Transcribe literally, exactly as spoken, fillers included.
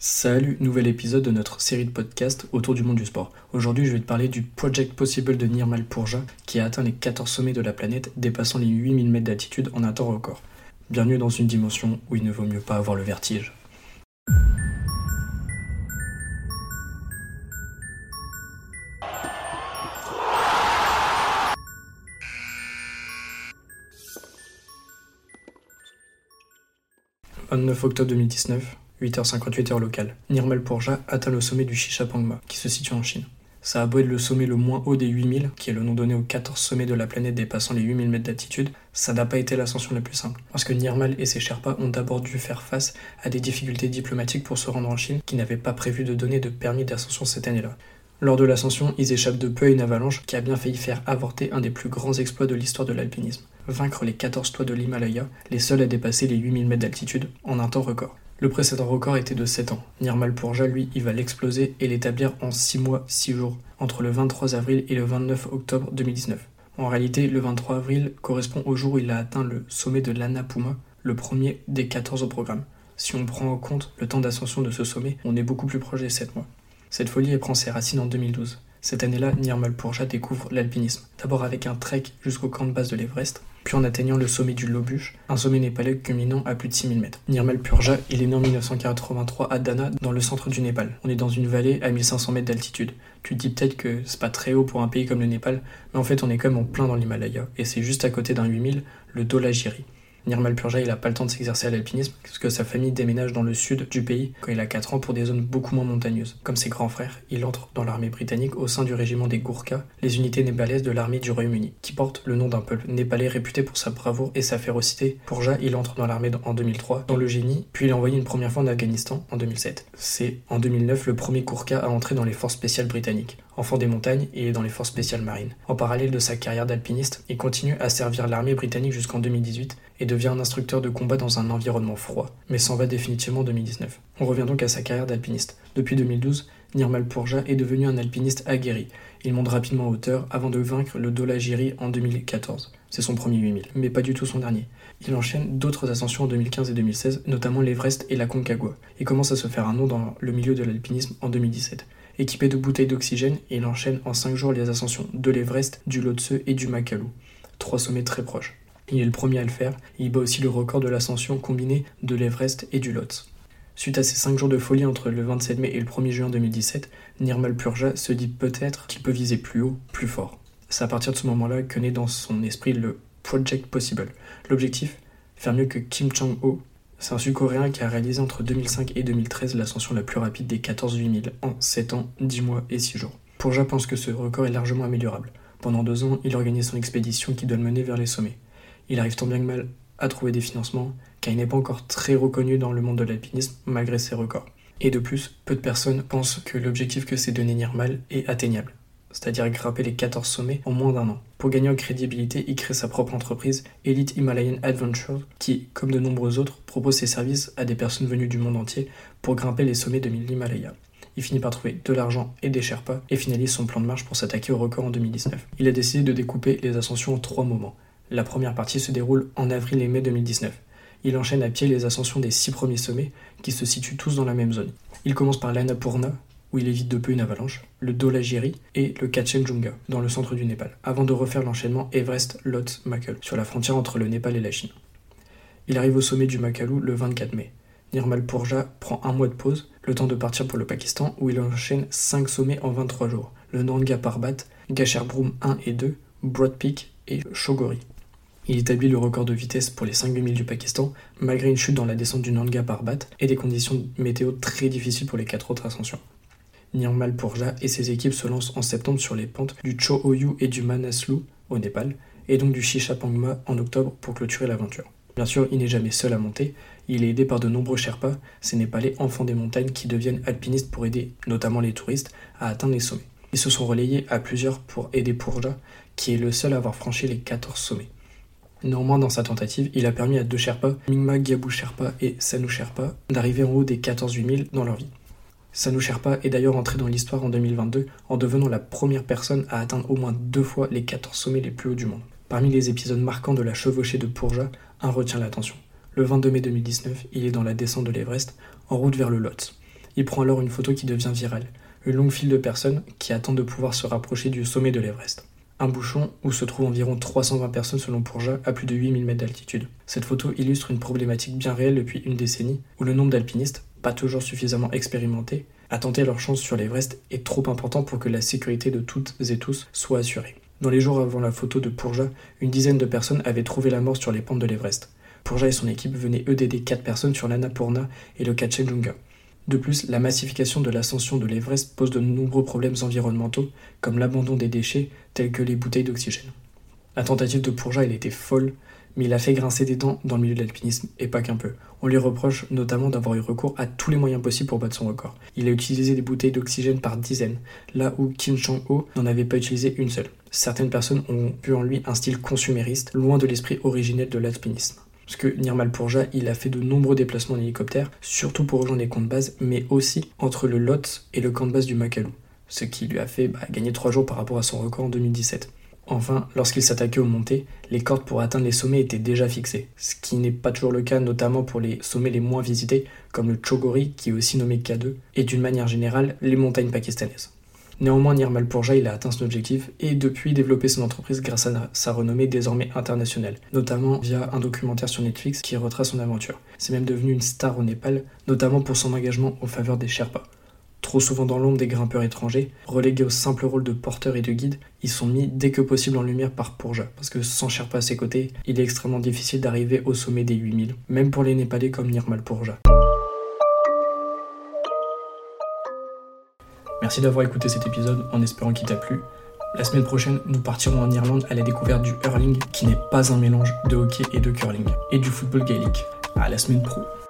Salut, nouvel épisode de notre série de podcasts autour du monde du sport. Aujourd'hui, je vais te parler du Project Possible de Nirmal Purja qui a atteint les quatorze sommets de la planète, dépassant les huit mille mètres d'altitude en un temps record. Bienvenue dans une dimension où il ne vaut mieux pas avoir le vertige. vingt-neuf octobre deux mille dix-neuf, huit heures cinquante-huit heure locale. Nirmal Purja atteint le sommet du Shishapangma, qui se situe en Chine. Ça a beau être le sommet le moins haut des huit mille, qui est le nom donné aux quatorze sommets de la planète dépassant les huit mille mètres d'altitude, ça n'a pas été l'ascension la plus simple. Parce que Nirmal et ses Sherpas ont d'abord dû faire face à des difficultés diplomatiques pour se rendre en Chine, qui n'avaient pas prévu de donner de permis d'ascension cette année-là. Lors de l'ascension, ils échappent de peu à une avalanche qui a bien failli faire avorter un des plus grands exploits de l'histoire de l'alpinisme. Vaincre les quatorze toits de l'Himalaya, les seuls à dépasser les huit mille mètres d'altitude, en un temps record. Le précédent record était de sept ans. Nirmal Purja, lui, il va l'exploser et l'établir en six mois, six jours, entre le vingt-trois avril et le vingt-neuf octobre deux mille dix-neuf. En réalité, le vingt-trois avril correspond au jour où il a atteint le sommet de l'Annapurna, le premier des quatorze au programme. Si on prend en compte le temps d'ascension de ce sommet, on est beaucoup plus proche des sept mois. Cette folie elle prend ses racines en deux mille douze. Cette année-là, Nirmal Purja découvre l'alpinisme, d'abord avec un trek jusqu'au camp de base de l'Everest, puis en atteignant le sommet du Lobuche, un sommet népalais culminant à plus de six mille mètres. Nirmal Purja, il est né en mille neuf cent quatre-vingt-trois à Dana, dans le centre du Népal. On est dans une vallée à mille cinq cents mètres d'altitude. Tu te dis peut-être que c'est pas très haut pour un pays comme le Népal, mais en fait on est quand même en plein dans l'Himalaya, et c'est juste à côté d'un huit mille, le Dholagiri. Nirmal Purja, il a pas le temps de s'exercer à l'alpinisme, parce que sa famille déménage dans le sud du pays quand il a quatre ans pour des zones beaucoup moins montagneuses. Comme ses grands frères, il entre dans l'armée britannique au sein du régiment des Gourkhas, les unités népalaises de l'armée du Royaume-Uni, qui porte le nom d'un peuple népalais réputé pour sa bravoure et sa férocité. Purja, il entre dans l'armée en deux mille trois, dans le génie, puis il est envoyé une première fois en Afghanistan en deux mille sept. C'est en deux mille neuf le premier Gourkha à entrer dans les forces spéciales britanniques. Enfant des montagnes, il est dans les forces spéciales marines. En parallèle de sa carrière d'alpiniste, il continue à servir l'armée britannique jusqu'en deux mille dix-huit et devient un instructeur de combat dans un environnement froid, mais s'en va définitivement en deux mille dix-neuf. On revient donc à sa carrière d'alpiniste. Depuis deux mille douze, Nirmal Purja est devenu un alpiniste aguerri. Il monte rapidement en hauteur avant de vaincre le Dholagiri en deux mille quatorze. C'est son premier huit mille, mais pas du tout son dernier. Il enchaîne d'autres ascensions en deux mille quinze et deux mille seize, notamment l'Everest et la Concagua. Il commence à se faire un nom dans le milieu de l'alpinisme en deux mille dix-sept. Équipé de bouteilles d'oxygène, il enchaîne en cinq jours les ascensions de l'Everest, du Lhotse et du Makalu. Trois sommets très proches. Il est le premier à le faire, et il bat aussi le record de l'ascension combinée de l'Everest et du Lhotse. Suite à ces cinq jours de folie entre le vingt-sept mai et le premier juin deux mille dix-sept, Nirmal Purja se dit peut-être qu'il peut viser plus haut, plus fort. C'est à partir de ce moment-là que naît dans son esprit le Project Possible. L'objectif, faire mieux que Kim Chang-ho. C'est un Sud-Coréen qui a réalisé entre deux mille cinq et deux mille treize l'ascension la plus rapide des quatorze huit mille en sept ans, dix mois et six jours. Purja pense que ce record est largement améliorable. Pendant deux ans, il organise son expédition qui doit le mener vers les sommets. Il arrive tant bien que mal à trouver des financements, car il n'est pas encore très reconnu dans le monde de l'alpinisme malgré ses records. Et de plus, peu de personnes pensent que l'objectif que s'est donné Nirmal est atteignable, c'est-à-dire grimper les quatorze sommets en moins d'un an. Pour gagner en crédibilité, il crée sa propre entreprise, Elite Himalayan Adventures, qui, comme de nombreux autres, propose ses services à des personnes venues du monde entier pour grimper les sommets de l'Himalaya. Il finit par trouver de l'argent et des Sherpas et finalise son plan de marche pour s'attaquer au record en deux mille dix-neuf. Il a décidé de découper les ascensions en trois moments. La première partie se déroule en avril et mai deux mille dix-neuf. Il enchaîne à pied les ascensions des six premiers sommets qui se situent tous dans la même zone. Il commence par l'Annapurna, où il évite de peu une avalanche, le Dholagiri et le Kanchenjunga, dans le centre du Népal, avant de refaire l'enchaînement Everest, Lhotse, Makalu, sur la frontière entre le Népal et la Chine. Il arrive au sommet du Makalu le vingt-quatre mai. Nirmal Purja prend un mois de pause, le temps de partir pour le Pakistan, où il enchaîne cinq sommets en vingt-trois jours, le Nanga Parbat, Gasherbrum un et deux, Broad Peak et Shogori. Il établit le record de vitesse pour les cinq huit mille du Pakistan, malgré une chute dans la descente du Nanga Parbat et des conditions météo très difficiles pour les quatre autres ascensions. Nirmal Purja et ses équipes se lancent en septembre sur les pentes du Cho-Oyu et du Manaslu au Népal, et donc du Shishapangma en octobre pour clôturer l'aventure. Bien sûr, il n'est jamais seul à monter, il est aidé par de nombreux Sherpas, ces Népalais enfants des montagnes qui deviennent alpinistes pour aider, notamment les touristes, à atteindre les sommets. Ils se sont relayés à plusieurs pour aider Purja, qui est le seul à avoir franchi les quatorze sommets. Néanmoins, dans sa tentative, il a permis à deux Sherpas, Mingma Gyabu Sherpa et Sanu Sherpa, d'arriver en haut des quatorze huit mille dans leur vie. Sanu Sherpa est d'ailleurs entré dans l'histoire en deux mille vingt-deux en devenant la première personne à atteindre au moins deux fois les quatorze sommets les plus hauts du monde. Parmi les épisodes marquants de la chevauchée de Purja, un retient l'attention. Le vingt-deux mai deux mille dix-neuf, il est dans la descente de l'Everest, en route vers le Lhotse. Il prend alors une photo qui devient virale. Une longue file de personnes qui attendent de pouvoir se rapprocher du sommet de l'Everest. Un bouchon où se trouvent environ trois cent vingt personnes selon Pourja à plus de huit mille mètres d'altitude. Cette photo illustre une problématique bien réelle depuis une décennie où le nombre d'alpinistes, pas toujours suffisamment expérimentés, à tenter leur chance sur l'Everest est trop important pour que la sécurité de toutes et tous soit assurée. Dans les jours avant la photo de Pourja, une dizaine de personnes avaient trouvé la mort sur les pentes de l'Everest. Pourja et son équipe venaient eux d'aider quatre personnes sur l'Annapurna et le Kanchenjunga. De plus, la massification de l'ascension de l'Everest pose de nombreux problèmes environnementaux, comme l'abandon des déchets, tels que les bouteilles d'oxygène. La tentative de Pourja, elle était folle, mais il a fait grincer des dents dans le milieu de l'alpinisme, et pas qu'un peu. On lui reproche notamment d'avoir eu recours à tous les moyens possibles pour battre son record. Il a utilisé des bouteilles d'oxygène par dizaines, là où Kim Chang-ho n'en avait pas utilisé une seule. Certaines personnes ont vu en lui un style consumériste, loin de l'esprit originel de l'alpinisme. Parce que Nirmal Pourja, il a fait de nombreux déplacements en hélicoptère, surtout pour rejoindre les camps de base, mais aussi entre le Lot et le camp de base du Makalu, ce qui lui a fait bah, gagner trois jours par rapport à son record en deux mille dix-sept. Enfin, lorsqu'il s'attaquait aux montées, les cordes pour atteindre les sommets étaient déjà fixées, ce qui n'est pas toujours le cas, notamment pour les sommets les moins visités, comme le Chogori, qui est aussi nommé K deux, et d'une manière générale, les montagnes pakistanaises. Néanmoins, Nirmal Pourja, il a atteint son objectif et depuis développé son entreprise grâce à sa renommée désormais internationale, notamment via un documentaire sur Netflix qui retrace son aventure. C'est même devenu une star au Népal, notamment pour son engagement en faveur des Sherpas. Trop souvent dans l'ombre des grimpeurs étrangers, relégués au simple rôle de porteurs et de guides, ils sont mis dès que possible en lumière par Pourja, parce que sans Sherpa à ses côtés, il est extrêmement difficile d'arriver au sommet des huit mille, même pour les Népalais comme Nirmal Pourja. Merci d'avoir écouté cet épisode en espérant qu'il t'a plu. La semaine prochaine, nous partirons en Irlande à la découverte du hurling, qui n'est pas un mélange de hockey et de curling, et du football gaélique. À la semaine pro.